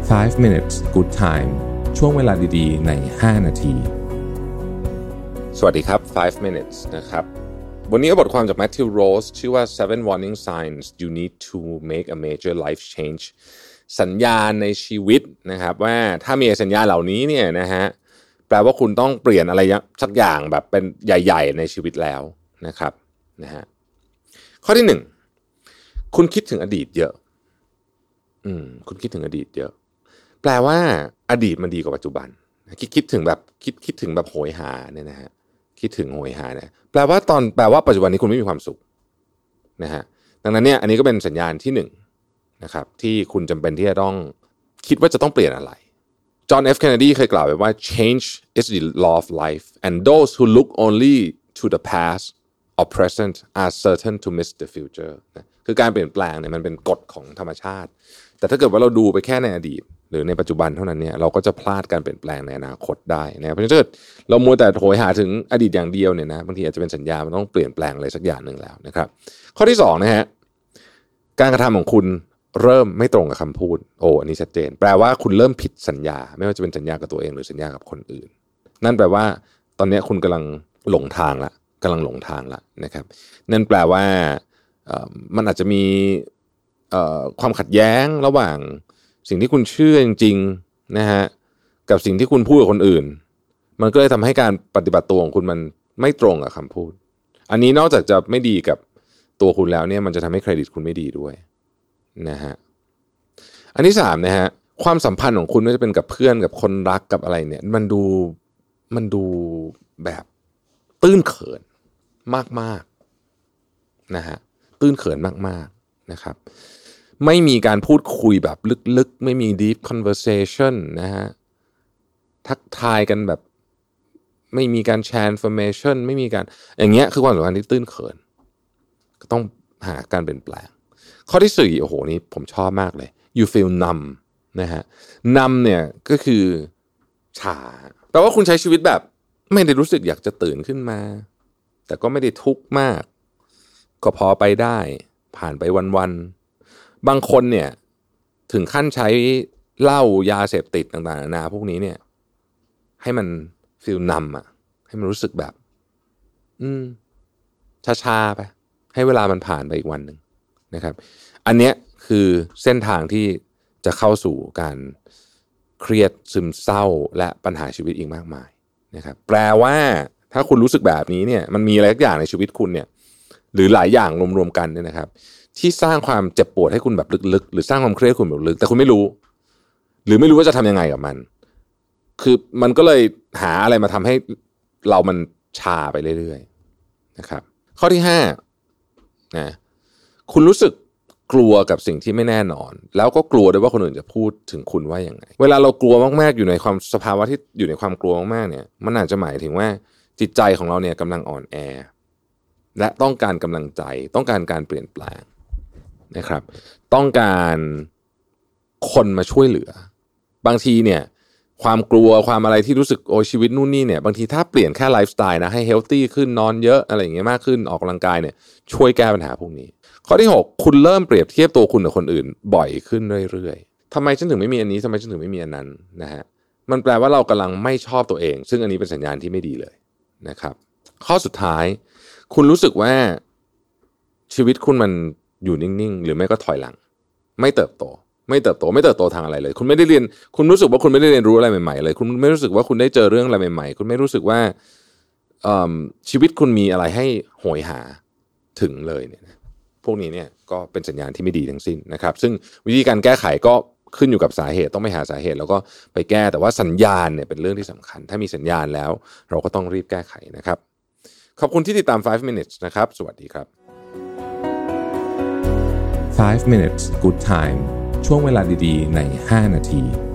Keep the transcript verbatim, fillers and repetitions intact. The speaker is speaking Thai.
five minutes good time ช่วงเวลาดีๆในห้านาทีสวัสดีครับfive minutes นะครับวันนี้บทความจาก Matthew Rose ชื่อว่า seven warning signs you need to make a major life change สัญญาณในชีวิตนะครับว่าถ้ามีสัญญาณเหล่านี้เนี่ยนะฮะแปลว่าคุณต้องเปลี่ยนอะไรสักอย่างแบบเป็นใหญ่ๆในชีวิตแล้วนะครับนะฮะข้อที่หนึ่งคุณคิดถึงอดีตเยอะอืมคุณคิดถึงอดีตเยอะแปลว่าอดีตมันดีกว่าปัจจุบันคิดคิดถึงแบบคิดคิดถึงแบบโหยหาเนี่ยนะฮะคิดถึงโหยหาเนี่ยแปลว่าตอนแปลว่าปัจจุบันนี้คุณไม่มีความสุขนะฮะดังนั้นเนี่ยอันนี้ก็เป็นสัญญาณที่หนึ่งนะครับที่คุณจำเป็นที่จะต้องคิดว่าจะต้องเปลี่ยนอะไรจอห์น เอฟ Kennedy เคยกล่าวไว้ว่า change is the law of life and those who look only to the past or present are certain to miss the future นะคือการเปลี่ยนแปลงเนี่ยมันเป็นกฎของธรรมชาติแต่ถ้าเกิดว่าเราดูไปแค่ในอดีตหรือในปัจจุบันเท่านั้นเนี่ยเราก็จะพลาดการเปลี่ยนแปลงในอนาคตได้นะเพราะฉะนั้นถ้าเรามัวแต่โหยหาถึงอดีตอย่างเดียวเนี่ยนะบางทีอาจจะเป็นสัญญามันต้องเปลี่ยนแปลงอะไรสักอย่างหนึ่งแล้วนะครับข้อที่สองนะฮะการกระทำของคุณเริ่มไม่ตรงกับคำพูดโอ้อันนี้ชัดเจนแปลว่าคุณเริ่มผิดสัญญาไม่ว่าจะเป็นสัญญากับตัวเองหรือสัญญากับคนอื่นนั่นแปลว่าตอนนี้คุณกำลังหลงทางละกำลังหลงทางละนะครับนั่นแปลว่ามันอาจจะมีความขัดแย้งระหว่างสิ่งที่คุณเชื่อจริงๆนะฮะกับสิ่งที่คุณพูดกับคนอื่นมันก็เลยทำให้การปฏิบัติตัวของคุณมันไม่ตรงกับคำพูดอันนี้นอกจากจะไม่ดีกับตัวคุณแล้วเนี่ยมันจะทำให้เครดิตคุณไม่ดีด้วยนะฮะอันที่สามนะฮะความสัมพันธ์ของคุณไม่ว่าจะเป็นกับเพื่อนกับคนรักกับอะไรเนี่ยมันดูมันดูแบบตื้นเขินมากๆนะฮะตื้นเขินมากๆนะครับไม่มีการพูดคุยแบบลึกๆไม่มี deep conversation นะฮะทักทายกันแบบไม่มีการแชร์ information ไม่มีการอย่างเงี้ยคือความสัมพันธ์ที่ตื้นเขินก็ต้องหาการเปลี่ยนแปลงข้อที่สี่โอ้โหนี่ผมชอบมากเลย you feel numb นะฮะ numb เนี่ยก็คือชาแปลว่าคุณใช้ชีวิตแบบไม่ได้รู้สึกอยากจะตื่นขึ้นมาแต่ก็ไม่ได้ทุกข์มากก็พอไปได้ผ่านไปวันๆบางคนเนี่ยถึงขั้นใช้เหล้ายาเสพติดต่างๆนานาพวกนี้เนี่ยให้มันฟีลนัมอ่ะให้มันรู้สึกแบบอืมช้าๆไปให้เวลามันผ่านไปอีกวันหนึ่งนะครับอันเนี้ยคือเส้นทางที่จะเข้าสู่การเครียดซึมเศร้าและปัญหาชีวิตอีกมากมายนะครับแปลว่าถ้าคุณรู้สึกแบบนี้เนี่ยมันมีอะไรสักอย่างในชีวิตคุณเนี่ยหรือหลายอย่างรวมๆกันเนี่ยนะครับที่สร้างความเจ็บปวดให้คุณแบบลึกๆหรือสร้างความเครียดคุณแบบลึกแต่คุณไม่รู้หรือไม่รู้ว่าจะทำยังไงกับมันคือมันก็เลยหาอะไรมาทำให้เรามันชาไปเรื่อยๆนะครับข้อที่ห้านะคุณรู้สึกกลัวกับสิ่งที่ไม่แน่นอนแล้วก็กลัวด้วยว่าคนอื่นจะพูดถึงคุณว่าอย่างไงเวลาเรากลัวมากๆอยู่ในความสภาวะที่อยู่ในความกลัวมากๆเนี่ยมันอาจจะหมายถึงว่าจิตใจของเราเนี่ยกำลังอ่อนแอและต้องการกำลังใจต้องการการเปลี่ยนแปลงนะครับต้องการคนมาช่วยเหลือบางทีเนี่ยความกลัวความอะไรที่รู้สึกโอ้ชีวิตนู่นนี่เนี่ยบางทีถ้าเปลี่ยนแค่ไลฟ์สไตล์นะให้เฮลตี้ขึ้นนอนเยอะอะไรอย่างเงี้ยมากขึ้นออกกำลังกายเนี่ยช่วยแก้ปัญหาพวกนี้ข้อที่หกคุณเริ่มเปรียบเทียบตัวคุณกับคนอื่นบ่อยขึ้นเรื่อยๆทำไมฉันถึงไม่มีอันนี้ทำไมฉันถึงไม่มีอันนั้นนะฮะมันแปลว่าเรากำลังไม่ชอบตัวเองซึ่งอันนี้เป็นสัญญาณที่ไม่ดีเลยนะครับข้อสุดท้ายคุณรู้สึกว่าชีวิตคุณมันอยู่นิ่งๆหรือไม่ก็ถอยหลังไม่เติบโตไม่เติบโตไม่เติบโตทางอะไรเลยคุณไม่ได้เรียนคุณรู้สึกว่าคุณไม่ได้เรียนรู้อะไรใหม่ๆเลยคุณไม่รู้สึกว่าคุณได้เจอเรื่องอะไรใหม่ๆคุณไม่รู้สึกว่าชีวิตคุณมีอะไรให้โหยหาถึงเลยเนี่ยพวกนี้เนี่ยก็เป็นสัญญาณที่ไม่ดีทั้งสิ้นนะครับซึ่งวิธีการแก้ไขก็ขึ้นอยู่กับสาเหตุต้องไปหาสาเหตุแล้วก็ไปแก้แต่ว่าสัญญาณเนี่ยเป็นเรื่องที่สำคัญถ้ามีสัญญาณแล้วเราก็ต้องรีบแก้ไขนะครับขอบคุณที่ติดตามfive minutes นะครับสวัสดีครับfive minutes good time ช่วงเวลาดีๆในห้านาที